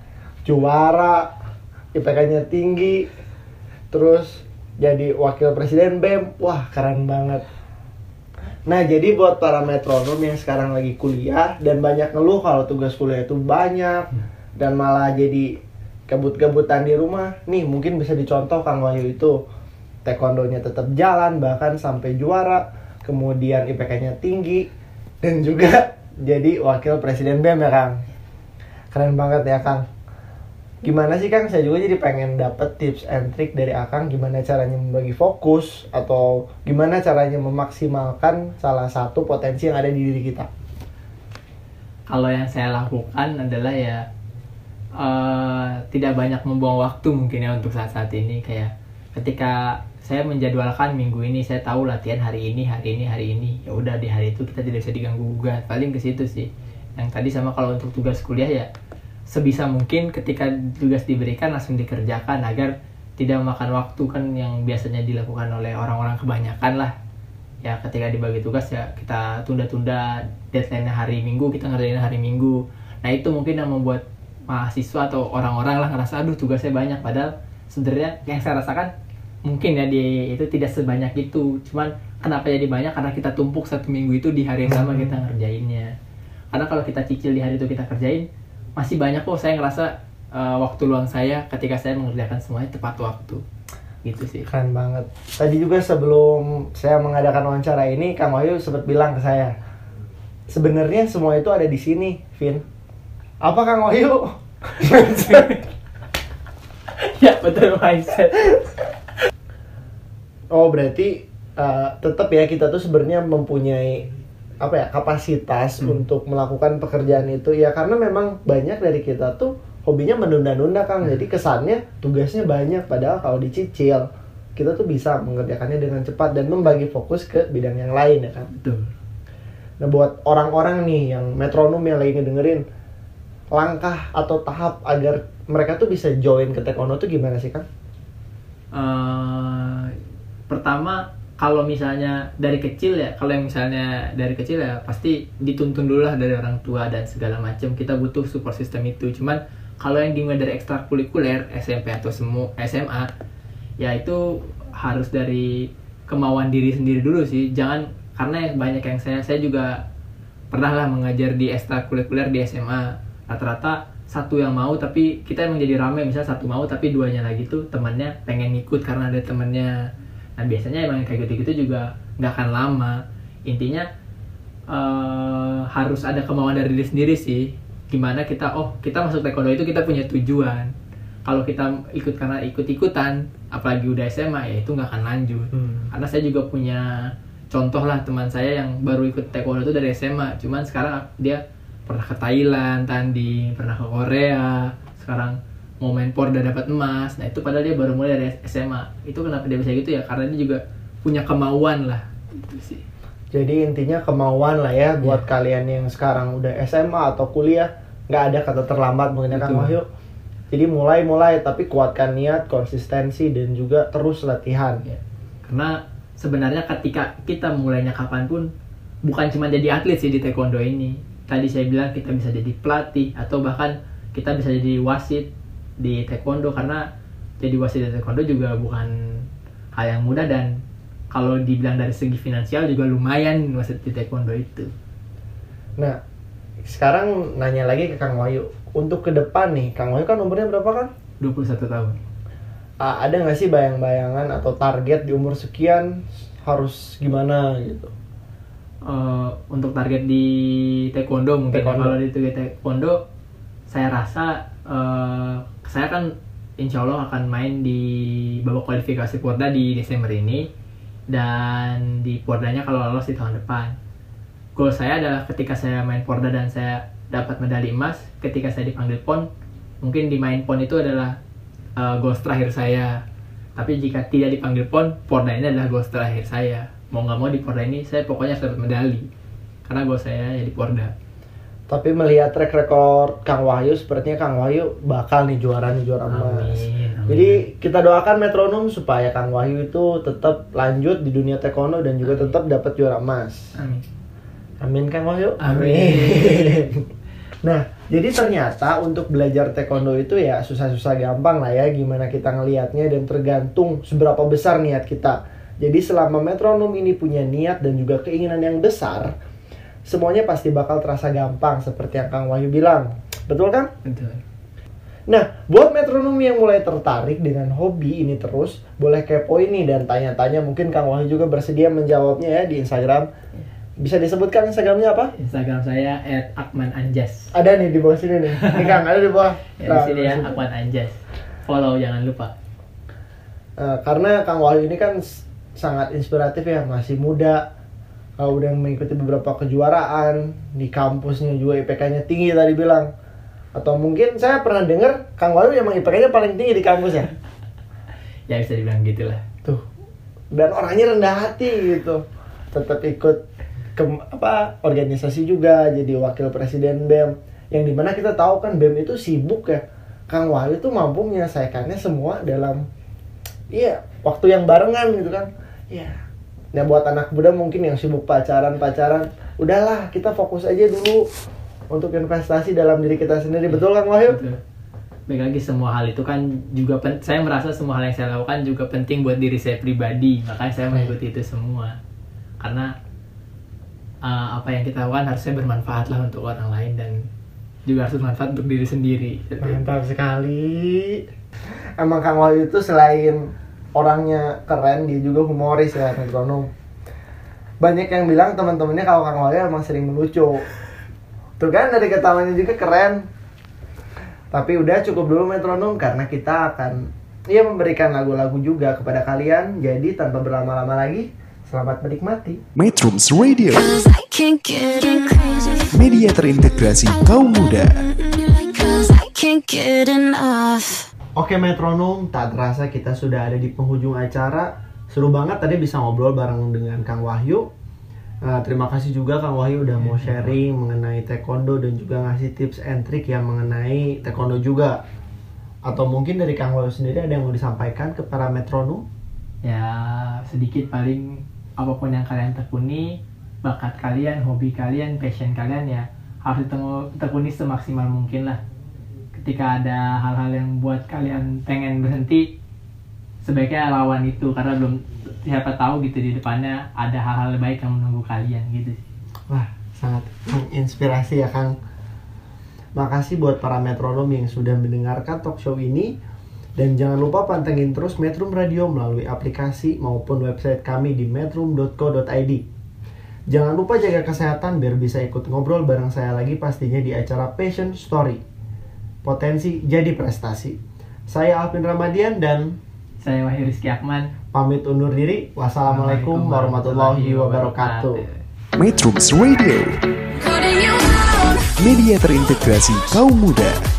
Juara, I P K-nya tinggi, terus jadi wakil presiden B E M. Wah, keren banget. Nah, jadi buat para metronom yang sekarang lagi kuliah dan banyak ngeluh kalau tugas kuliah itu banyak dan malah jadi kebut-kebutan di rumah, nih mungkin bisa dicontoh Kang Wahyu itu taekwondonya tetap jalan bahkan sampai juara, kemudian I P K-nya tinggi dan juga jadi wakil presiden B E M ya Kang. Keren banget ya Kang. Gimana sih Kang? Saya juga jadi pengen dapet tips and trick dari Akang gimana caranya membagi fokus atau gimana caranya memaksimalkan salah satu potensi yang ada di diri kita. Kalau yang saya lakukan adalah ya uh, tidak banyak membuang waktu mungkin ya untuk saat-saat ini. Kayak ketika saya menjadwalkan minggu ini saya tahu latihan hari ini, hari ini, hari ini. Ya udah di hari itu kita tidak bisa diganggu gugat. Paling ke situ sih. Yang tadi sama kalau untuk tugas kuliah ya sebisa mungkin ketika tugas diberikan langsung dikerjakan agar tidak memakan waktu kan yang biasanya dilakukan oleh orang-orang kebanyakan lah. Ya ketika dibagi tugas ya kita tunda-tunda deadline hari Minggu, kita ngerjain hari Minggu. Nah itu mungkin yang membuat mahasiswa atau orang-orang lah ngerasa aduh tugasnya banyak, padahal sebenarnya yang saya rasakan mungkin ya di itu tidak sebanyak itu. Cuman kenapa jadi banyak? Karena kita tumpuk satu minggu itu di hari yang sama kita ngerjainnya. Karena kalau kita cicil di hari itu kita kerjain masih banyak kok. Saya ngerasa uh, waktu luang saya ketika saya mengerjakan semuanya tepat waktu gitu sih. Keren banget. Tadi juga sebelum saya mengadakan wawancara ini Kang Wahyu sempat bilang ke saya sebenarnya semua itu ada di sini, Vin. Apa Kang Wahyu? Ya betul, mindset. Oh berarti uh, tetap ya kita tuh sebenarnya mempunyai apa ya kapasitas hmm. untuk melakukan pekerjaan itu ya, karena memang banyak dari kita tuh hobinya menunda-nunda Kang. Jadi kesannya tugasnya banyak padahal kalau dicicil kita tuh bisa mengerjakannya dengan cepat dan membagi fokus ke bidang yang lain ya kan. Betul. Nah buat orang-orang nih yang metronom yang lagi dengerin, langkah atau tahap agar mereka tuh bisa join ke taekwondo tuh gimana sih Kang? Uh, pertama kalau misalnya dari kecil ya, kalau yang misalnya dari kecil ya pasti dituntun dulu lah dari orang tua dan segala macam. Kita butuh support system itu. Cuman kalau yang dimulai dari ekstrakurikuler S M P atau semu S M A, ya itu harus dari kemauan diri sendiri dulu sih. Jangan karena banyak yang saya saya juga pernah lah mengajar di ekstrakurikuler di S M A. Rata-rata satu yang mau tapi kita emang jadi rame, misalnya satu mau tapi duanya lagi tuh temannya pengen ngikut karena ada temannya. Nah biasanya emang kayak gitu-gitu juga nggak akan lama. Intinya uh, harus ada kemauan dari diri sendiri sih. Gimana kita, oh kita masuk taekwondo itu kita punya tujuan. Kalau kita ikut karena ikut-ikutan, apalagi udah S M A ya itu nggak akan lanjut. Hmm. Karena saya juga punya contoh lah teman saya yang baru ikut taekwondo itu dari S M A. Cuman sekarang dia pernah ke Thailand, tanding, pernah ke Korea, sekarang mau main Porda dapat emas. Nah itu padahal dia baru mulai dari S M A. Itu kenapa dia bisa gitu ya? Karena dia juga punya kemauan lah. Itu sih. Jadi intinya kemauan lah ya buat yeah. kalian yang sekarang udah S M A atau kuliah, nggak ada kata terlambat mungkin ya Kang Wahyu. Jadi mulai-mulai tapi kuatkan niat, konsistensi dan juga terus latihan. Ya. Karena sebenarnya ketika kita mulainya kapanpun bukan cuma jadi atlet sih di taekwondo ini. Tadi saya bilang kita bisa jadi pelatih atau bahkan kita bisa jadi wasit di taekwondo, karena jadi wasit di taekwondo juga bukan hal yang mudah dan kalau dibilang dari segi finansial juga lumayan wasit di taekwondo itu. Nah, sekarang nanya lagi ke Kang Wahyu. Untuk ke depan nih, Kang Wahyu kan umurnya berapa kan? dua puluh satu tahun. Uh, ada nggak sih bayang-bayangan atau target di umur sekian harus gimana gitu? Uh, untuk target di taekwondo mungkin taekwondo. Kalau di taekwondo saya rasa uh, saya kan insya Allah akan main di babak kualifikasi Porda di Desember ini, dan di Pordanya kalau lolos di tahun depan. Goal saya adalah ketika saya main Porda dan saya dapat medali emas, ketika saya dipanggil P O N, mungkin di main P O N itu adalah uh, goal terakhir saya. Tapi jika tidak dipanggil P O N, Porda ini adalah goal terakhir saya. Mau nggak mau di Porda ini saya pokoknya harus dapat medali, karena goal saya ya di Porda. Tapi melihat track record Kang Wahyu, sepertinya Kang Wahyu bakal nih juara nih juara emas. Jadi kita doakan metronom supaya Kang Wahyu itu tetap lanjut di dunia taekwondo dan juga amin. Tetap dapat juara emas. Amin. Amin Kang Wahyu. Amin. Nah, jadi ternyata untuk belajar taekwondo itu ya susah-susah gampang lah ya. Gimana kita ngelihatnya dan tergantung seberapa besar niat kita. Jadi selama metronom ini punya niat dan juga keinginan yang besar, semuanya pasti bakal terasa gampang seperti yang Kang Wahyu bilang. Betul kan? Betul. Nah, buat metronom yang mulai tertarik dengan hobi ini terus, boleh kepoin nih dan tanya-tanya. Mungkin Kang Wahyu juga bersedia menjawabnya ya di Instagram. Bisa disebutkan Instagramnya apa? Instagram saya et akman anjas. Ada nih di bawah sini nih. Nih Kang, ada di bawah. Ya, di sini ya, akman anjas. Follow jangan lupa. Uh, karena Kang Wahyu ini kan sangat inspiratif ya, masih muda, uh, udah mengikuti beberapa kejuaraan di kampusnya juga, I P K-nya tinggi tadi bilang. Atau mungkin saya pernah dengar Kang Wahyu emang I P K-nya paling tinggi di kampus ya? Ya bisa dibilang gitulah. Tuh. Dan orangnya rendah hati gitu. Tetap ikut ke apa organisasi juga, jadi wakil presiden B E M. Yang dimana kita tahu kan B E M itu sibuk ya. Kang Wahyu tuh mampu menyelesaikannya semua dalam iya waktu yang barengan gitu kan. Iya. Nah buat anak muda mungkin yang sibuk pacaran-pacaran, udahlah kita fokus aja dulu untuk investasi dalam diri kita sendiri. Betul Kang Wahyu? Betul. Baik lagi semua hal itu kan juga pen- saya merasa semua hal yang saya lakukan juga penting buat diri saya pribadi. Makanya saya mengikuti itu semua. Karena uh, apa yang kita lakukan harusnya bermanfaat lah untuk orang lain dan juga harus bermanfaat untuk diri sendiri. Mantap sekali. Emang Kang Wahyu itu selain orangnya keren, dia juga humoris ya, metronom. Banyak yang bilang teman-temannya kalau Kang Wahyu emang sering melucu. Tuh kan dari ketawanya juga keren. Tapi udah cukup dulu metronom karena kita akan ya memberikan lagu-lagu juga kepada kalian. Jadi tanpa berlama-lama lagi, selamat menikmati Metrums Radio, Cause I can't get crazy. media terintegrasi kaum muda. Cause I can't get enough. Oke metronom, tak terasa kita sudah ada di penghujung acara. Seru banget tadi bisa ngobrol bareng dengan Kang Wahyu. Nah, terima kasih juga Kang Wahyu udah mau sharing mengenai taekwondo dan juga ngasih tips and trick yang mengenai taekwondo juga. Atau mungkin dari Kang Wahyu sendiri ada yang mau disampaikan ke para metronom? Ya sedikit paling apapun yang kalian tekuni, bakat kalian, hobi kalian, passion kalian ya harus tekuni semaksimal mungkin lah. Ketika ada hal-hal yang buat kalian pengen berhenti, sebaiknya lawan itu karena belum siapa tahu gitu di depannya ada hal-hal baik yang menunggu kalian gitu. Wah, sangat menginspirasi ya Kang. Makasih buat para metronom yang sudah mendengarkan talk show ini. Dan jangan lupa pantengin terus Metrum Radio melalui aplikasi maupun website kami di metrum dot co dot i d. Jangan lupa jaga kesehatan biar bisa ikut ngobrol bareng saya lagi pastinya di acara Passion Story. Potensi jadi prestasi. Saya Alvin Ramadian dan Saya Wahyu Rizky Akman. Pamit undur diri. Wassalamualaikum warahmatullahi wabarakatuh. Metrums Radio, media terintegrasi kaum muda.